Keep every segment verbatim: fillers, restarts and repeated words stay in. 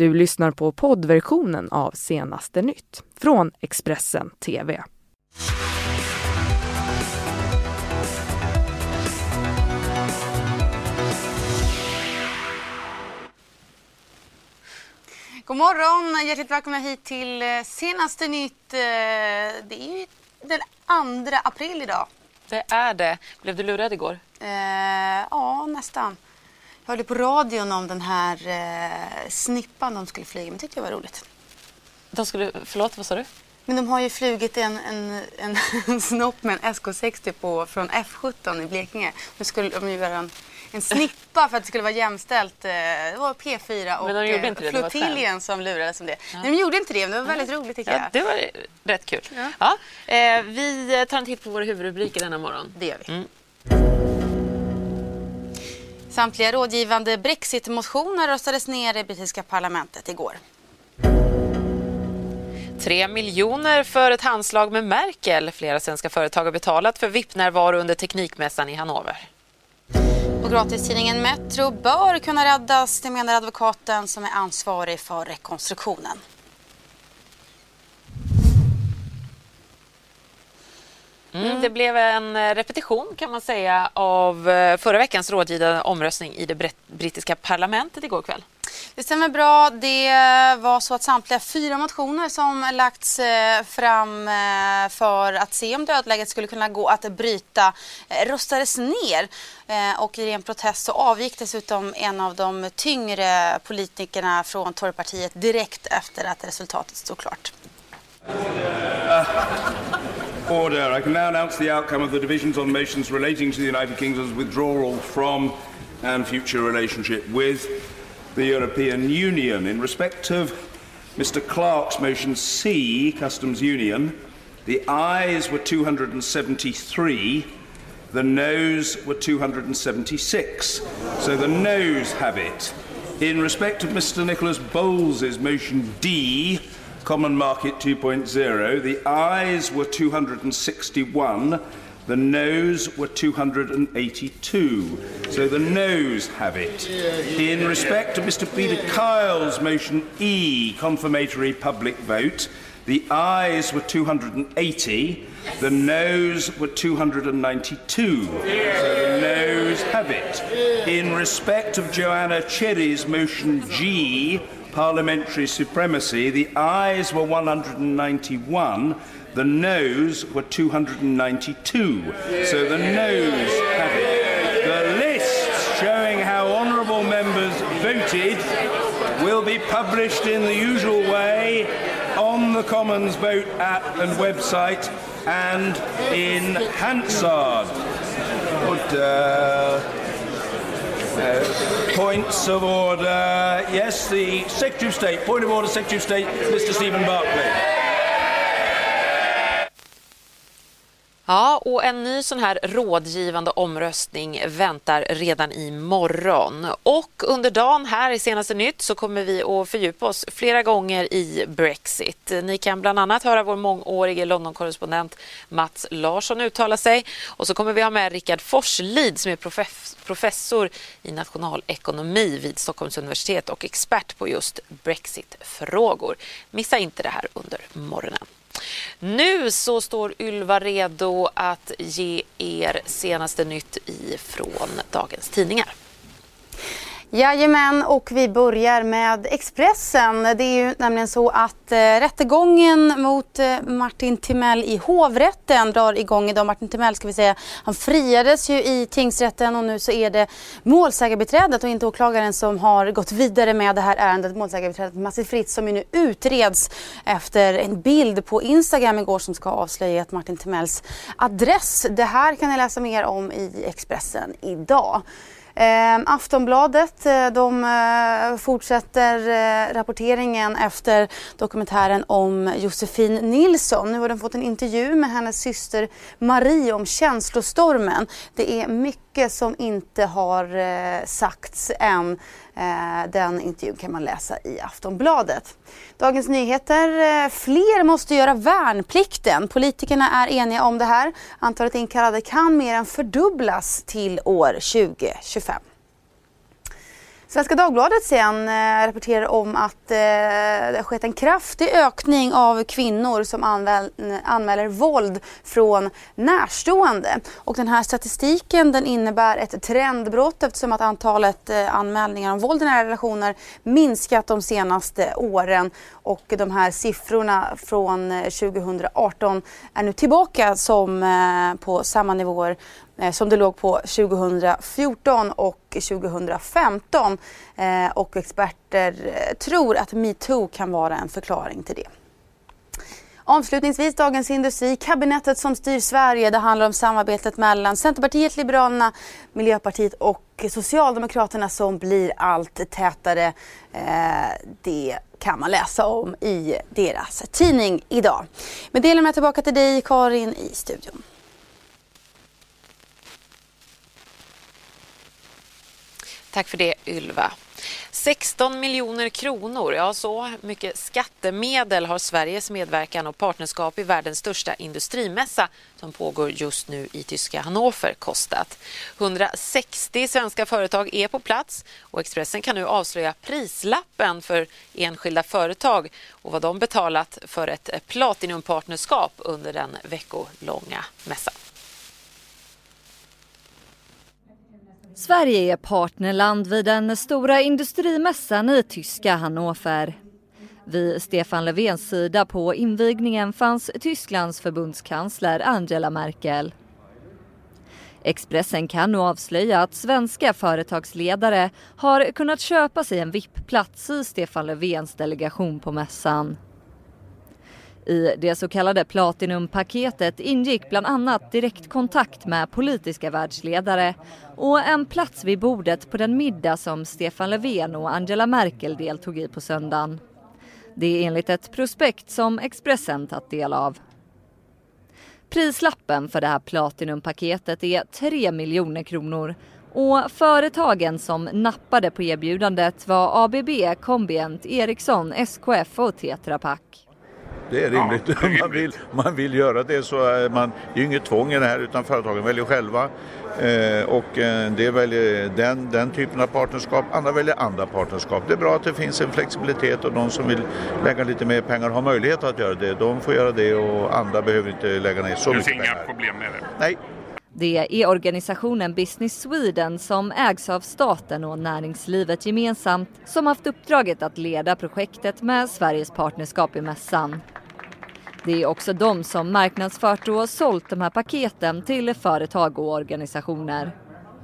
Du lyssnar på poddversionen av Senaste nytt från Expressen T V. God morgon, hjärtligt välkomna hit till Senaste nytt. Det är ju den andra april idag. Det är det. Blev du lurad igår? Eh, ja, nästan. Jag hörde på radion om den här eh, snippan de skulle flyga, men tyckte jag var roligt. De skulle, förlåt, vad sa du? Men de har ju flugit en, en, en, en snopp med en S K sextio på, från F sjutton i Blekinge. Nu skulle de göra en, en snippa för att det skulle vara jämställt. Det var P fyra och flottiljen som lurade som det. Ja. Nej, de gjorde inte det, men det var väldigt roligt tycker ja, jag. Det var rätt kul. Ja. Ja, eh, vi tar en titt på våra huvudrubriker denna morgon. Det gör vi. Mm. Samtliga rådgivande Brexit-motioner röstades ner i brittiska parlamentet igår. Tre miljoner för ett handslag med Merkel. Flera svenska företag har betalat för V I P-närvaro under teknikmässan i Hannover. Och gratistidningen Metro bör kunna räddas, det menar advokaten som är ansvarig för rekonstruktionen. Mm, det blev en repetition kan man säga av förra veckans rådgivande omröstning i det brittiska parlamentet igår kväll. Det stämmer bra. Det var så att samtliga fyra motioner som lagts fram för att se om dödläget skulle kunna gå att bryta röstades ner. Och i en protest så avgick dessutom en av de tyngre politikerna från Torypartiet direkt efter att resultatet stod klart. Order. I can now announce the outcome of the divisions on motions relating to the United Kingdom's withdrawal from and future relationship with the European Union. In respect of Mister Clark's motion C, Customs Union, the ayes were two hundred seventy-three, the noes were two hundred seventy-six. So the noes have it. In respect of Mister Nicholas Bowles's motion D, Common Market two point oh, the ayes were two hundred sixty-one, the noes were two hundred eighty-two. So the noes have it. In respect of Mister Peter Kyle's motion E, confirmatory public vote, the ayes were two hundred eighty, the noes were two hundred ninety-two. So the noes have it. In respect of Joanna Cherry's motion G, parliamentary supremacy, the ayes were one hundred ninety-one, the noes were two hundred ninety-two. So the noes have it. The lists showing how honourable members voted will be published in the usual way on the Commons Vote app and website and in Hansard. Order. Uh, points of order. Yes, the Secretary of State. Point of order, Secretary of State, Mister Stephen Barclay. Ja, och en ny sån här rådgivande omröstning väntar redan i morgon. Och under dagen här i Senaste nytt så kommer vi att fördjupa oss flera gånger i Brexit. Ni kan bland annat höra vår mångårige London-korrespondent Mats Larsson uttala sig. Och så kommer vi ha med Rickard Forslid som är profess- professor i nationalekonomi vid Stockholms universitet och expert på just Brexit-frågor. Missa inte det här under morgonen. Nu så står Ylva redo att ge er senaste nytt ifrån dagens tidningar. Jajamän, och vi börjar med Expressen. Det är ju nämligen så att eh, rättegången mot eh, Martin Timell i hovrätten drar igång idag. Martin Timell ska vi säga, han friades ju i tingsrätten och nu så är det målsägarbiträdet och inte åklagaren som har gått vidare med det här ärendet. Målsägarbiträdet Massi Fritz som ju nu utreds efter en bild på Instagram igår som ska avslöja att Martin Timells adress. Det här kan ni läsa mer om i Expressen idag. Eh, Aftonbladet eh, de eh, fortsätter eh, rapporteringen efter dokumentären om Josefin Nilsson. Nu har de fått en intervju med hennes syster Marie om känslostormen. Det är mycket som inte har eh, sagts än. Eh, den intervjun kan man läsa i Aftonbladet. Dagens Nyheter. Eh, fler måste göra värnplikten. Politikerna är eniga om det här. Antalet inkallade kan mer än fördubblas till år tjugo tjugofem. Svenska Dagbladet sen eh, rapporterar om att eh, det har skett en kraftig ökning av kvinnor som anväl, anmäler våld från närstående. Och den här statistiken den innebär ett trendbrott eftersom att antalet eh, anmälningar om våld i nära relationer minskat de senaste åren. Och de här siffrorna från tjugohundraarton är nu tillbaka som eh, på samma nivåer som det låg på tjugohundrafjorton och tjugohundrafemton. Eh, och experter tror att MeToo kan vara en förklaring till det. Avslutningsvis Dagens Industri, kabinettet som styr Sverige. Det handlar om samarbetet mellan Centerpartiet, Liberalerna, Miljöpartiet och Socialdemokraterna som blir allt tätare. Eh, det kan man läsa om i deras tidning idag. Men delar med tillbaka till dig, Karin, i studion. Tack för det, Ylva. sexton miljoner kronor, ja så mycket skattemedel har Sveriges medverkan och partnerskap i världens största industrimässa som pågår just nu i tyska Hannover kostat. hundrasextio svenska företag är på plats och Expressen kan nu avslöja prislappen för enskilda företag och vad de betalat för ett platinumpartnerskap under den veckolånga mässan. Sverige är partnerland vid den stora industrimässan i tyska Hannover. Vid Stefan Löfvens sida på invigningen fanns Tysklands förbundskansler Angela Merkel. Expressen kan nu avslöja att svenska företagsledare har kunnat köpa sig en V I P-plats i Stefan Löfvens delegation på mässan. I det så kallade Platinum-paketet ingick bland annat direktkontakt med politiska världsledare och en plats vid bordet på den middag som Stefan Löfven och Angela Merkel deltog i på söndagen. Det är enligt ett prospekt som Expressen tagit del av. Prislappen för det här Platinum-paketet är tre miljoner kronor och företagen som nappade på erbjudandet var A B B, Combient, Ericsson, S K F och Tetra Pak. Det är rimligt. Ja, det är rimligt. Man, vill, man vill göra det så är man, det är ju inget tvång i det här utan företagen väljer själva. Eh, och eh, det väljer den, den typen av partnerskap, andra väljer andra partnerskap. Det är bra att det finns en flexibilitet och de som vill lägga lite mer pengar har möjlighet att göra det. De får göra det och andra behöver inte lägga ner så mycket pengar. Det finns inga problem med det? Nej. Det är organisationen Business Sweden som ägs av staten och näringslivet gemensamt som haft uppdraget att leda projektet med Sveriges partnerskap i mässan. Det är också de som marknadsfört och sålt de här paketen till företag och organisationer.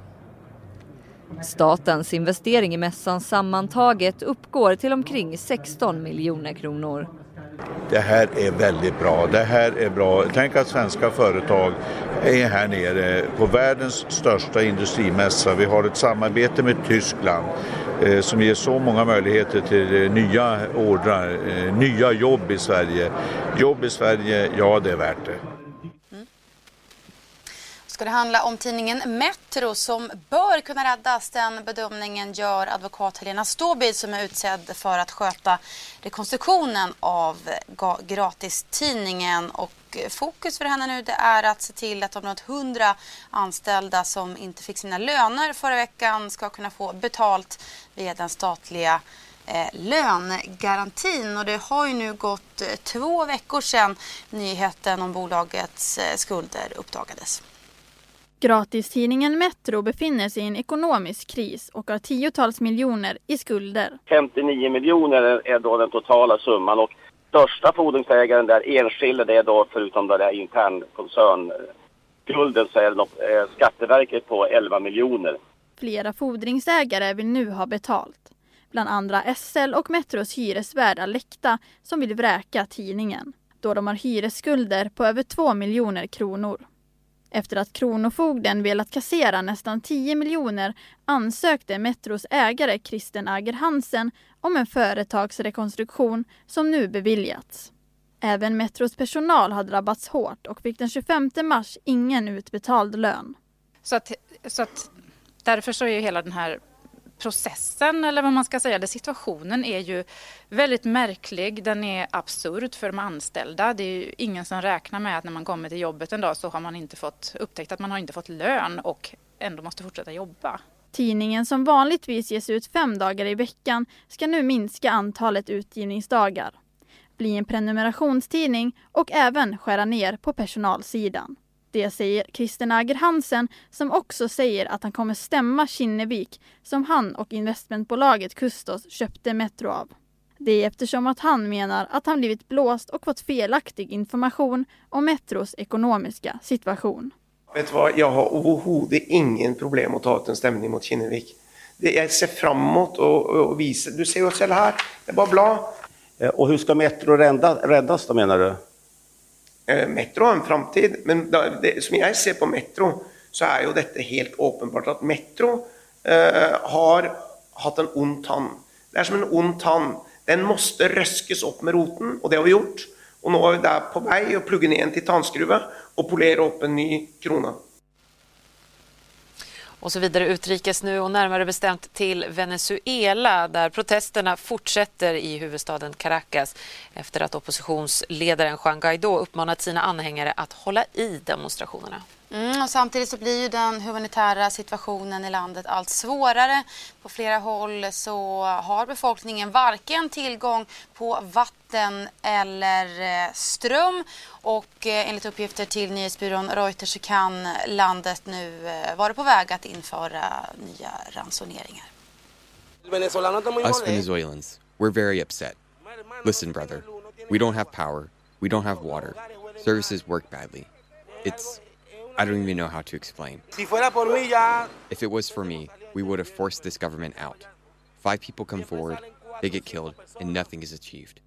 Statens investering i mässan sammantaget uppgår till omkring sexton miljoner kronor. Det här är väldigt bra. Det här är bra. Tänk att svenska företag är här nere på världens största industrimässa. Vi har ett samarbete med Tyskland eh, som ger så många möjligheter till eh, nya ordrar, eh, nya jobb i Sverige. Jobb i Sverige, ja det är värt det. Ska det handla om tidningen Metro som bör kunna räddas. Den bedömningen gör advokat Helena Ståby som är utsedd för att sköta rekonstruktionen av gratistidningen. Och fokus för henne nu det är att se till att de något hundra anställda som inte fick sina löner förra veckan ska kunna få betalt via den statliga eh, lönegarantin. Och det har ju nu gått eh, två veckor sedan nyheten om bolagets eh, skulder uppdagades. Gratistidningen Metro befinner sig i en ekonomisk kris och har tiotals miljoner i skulder. femtionio miljoner är då den totala summan och största fordringsägaren där enskilda det är då förutom det där intern koncernskulden så är det Skatteverket på elva miljoner. Flera fordringsägare vill nu ha betalt. Bland andra S L och Metros hyresvärd Alekta som vill vräka tidningen då de har hyresskulder på över två miljoner kronor. Efter att Kronofogden velat kassera nästan tio miljoner ansökte Metros ägare Kristen Ager Hansen om en företagsrekonstruktion som nu beviljats. Även Metros personal har drabbats hårt och fick den tjugofemte mars ingen utbetald lön. Så att, så att därför så är ju hela den här processen eller vad man ska säga, den situationen är ju väldigt märklig. Den är absurd för de anställda. Det är ju ingen som räknar med att när man kommer till jobbet en dag så har man inte fått upptäckt att man har inte fått lön och ändå måste fortsätta jobba. Tidningen som vanligtvis ges ut fem dagar i veckan ska nu minska antalet utgivningsdagar, bli en prenumerationstidning och även skära ner på personalsidan. Det säger Christer Ager Hansen, som också säger att han kommer stämma Kinnevik som han och investmentbolaget Kustos köpte Metro av. Det är eftersom att han menar att han blivit blåst och fått felaktig information om Metros ekonomiska situation. Vet du vad, jag har överhuvudtaget ingen problem att ta ut en stämning mot Kinnevik. Det, jag ser framåt och, och visar, du ser ju själv här, det är bara bra. Och hur ska Metro rädda, räddas då, menar du? Eh, Metro har en framtid, men det, som jag ser på Metro så är ju detta helt uppenbart att Metro eh, har haft en ond tand. Det är som en ond tand. Den måste röskas upp med roten, och det har vi gjort. Och nu är vi där på väg att plugga ner en titanskruva och polera upp en ny krona. Och så vidare utrikes nu, och närmare bestämt till Venezuela, där protesterna fortsätter i huvudstaden Caracas efter att oppositionsledaren Juan Guaidó uppmanat sina anhängare att hålla i demonstrationerna. Mm, och samtidigt så blir ju den humanitära situationen i landet allt svårare. På flera håll så har befolkningen varken tillgång på vatten eller ström. Och enligt uppgifter till nyhetsbyrån Reuters så kan landet nu vara på väg att införa nya ransoneringar. Us Venezuelans, we're very upset. Listen, brother, we don't have power, we don't have water, services work badly. It's... I don't even know how to explain. If it was for me, we would have forced this government out. Five people come forward, they get killed, and nothing is achieved.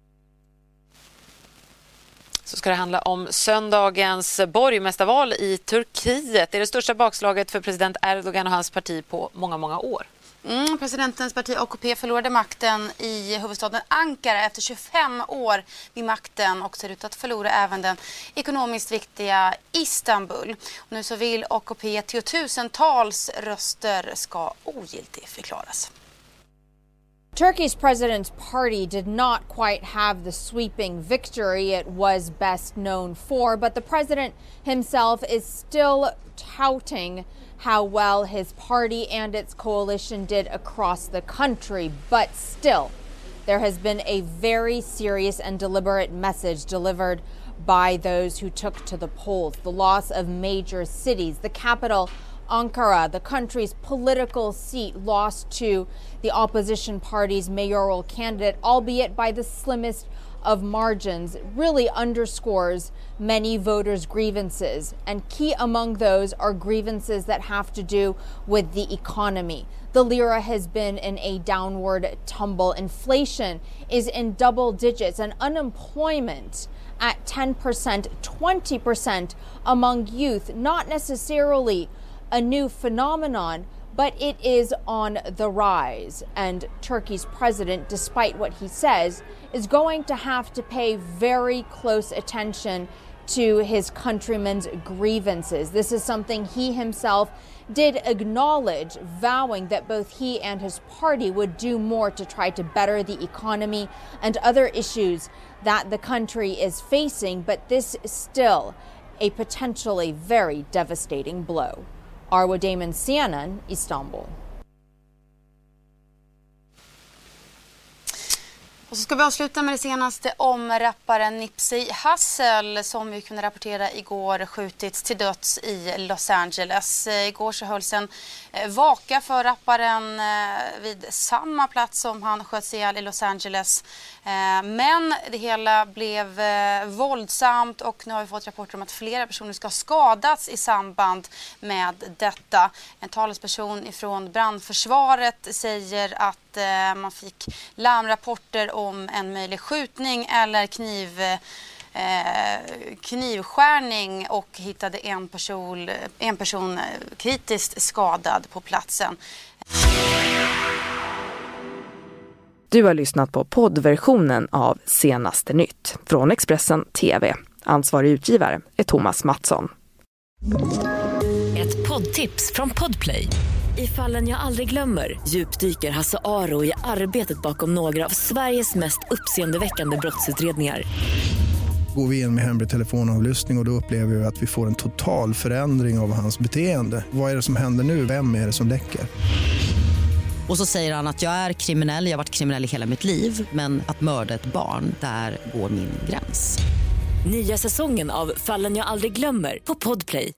Så ska det handla om söndagens borgmästarval i Turkiet. Det är det största bakslaget för president Erdogan och hans parti på många, många år. Mm, presidentens parti A K P förlorade makten i huvudstaden Ankara efter tjugofem år vid makten och ser ut att förlora även den ekonomiskt viktiga Istanbul. Och nu så vill A K P att tiotusentals röster ska ogiltigförklaras. Turkey's president's party did not quite have the sweeping victory it was best known for, but the president himself is still touting how well his party and its coalition did across the country. But still, there has been a very serious and deliberate message delivered by those who took to the polls. The loss of major cities, the capital Ankara, the country's political seat, lost to the opposition party's mayoral candidate, albeit by the slimmest of margins, really underscores many voters' grievances. And key among those are grievances that have to do with the economy. The lira has been in a downward tumble. Inflation is in double digits, and unemployment at ten percent, twenty percent among youth, not necessarily a new phenomenon, but it is on the rise. And Turkey's president, despite what he says, is going to have to pay very close attention to his countrymen's grievances. This is something he himself did acknowledge, vowing that both he and his party would do more to try to better the economy and other issues that the country is facing. But this is still a potentially very devastating blow. Arwa Damon, C N N, Istanbul. Och så ska vi avsluta med det senaste om rapparen Nipsey Hussle som vi kunde rapportera igår skjutits till döds i Los Angeles. Igår så hölls en vaka för rapparen vid samma plats som han sköts ihjäl i Los Angeles. Men det hela blev våldsamt och nu har vi fått rapporter om att flera personer ska ha skadats i samband med detta. En talesperson ifrån brandförsvaret säger att man fick larmrapporter om en möjlig skjutning eller kniv, eh, knivskärning och hittade en person, en person kritiskt skadad på platsen. Du har lyssnat på poddversionen av Senaste nytt från Expressen T V. Ansvarig utgivare är Thomas Mattsson. Ett poddtips från Podplay. I Fallen jag aldrig glömmer djupdyker Hasse Aro i arbetet bakom några av Sveriges mest uppseendeväckande brottsutredningar. Går vi in med hemlig telefonavlyssning och, och då upplever vi att vi får en total förändring av hans beteende. Vad är det som händer nu? Vem är det som läcker? Och så säger han att jag är kriminell, jag har varit kriminell i hela mitt liv. Men att mörda ett barn, där går min gräns. Nya säsongen av Fallen jag aldrig glömmer på Podplay.